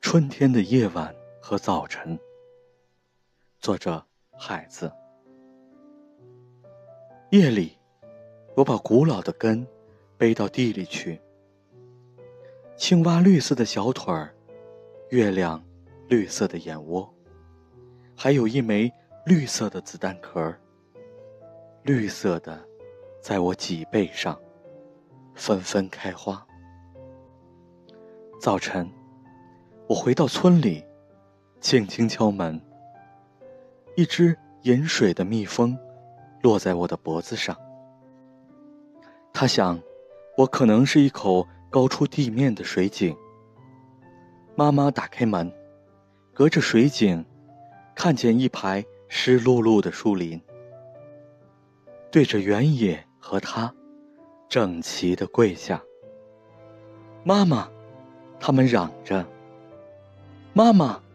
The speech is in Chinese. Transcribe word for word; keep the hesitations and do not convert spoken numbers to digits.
春天的夜晚和早晨。作者海子。夜里，我把古老的根背到地里去。青蛙绿色的小腿儿，月亮绿色的眼窝，还有一枚绿色的子弹壳，绿色的在我脊背上纷纷开花。早晨，我回到村里，轻轻敲门。一只饮水的蜜蜂落在我的脖子上。它想，我可能是一口高出地面的水井。妈妈打开门，隔着水井，看见一排湿漉漉的树林，对着原野和它整齐地跪下。妈妈，他们嚷着，妈妈，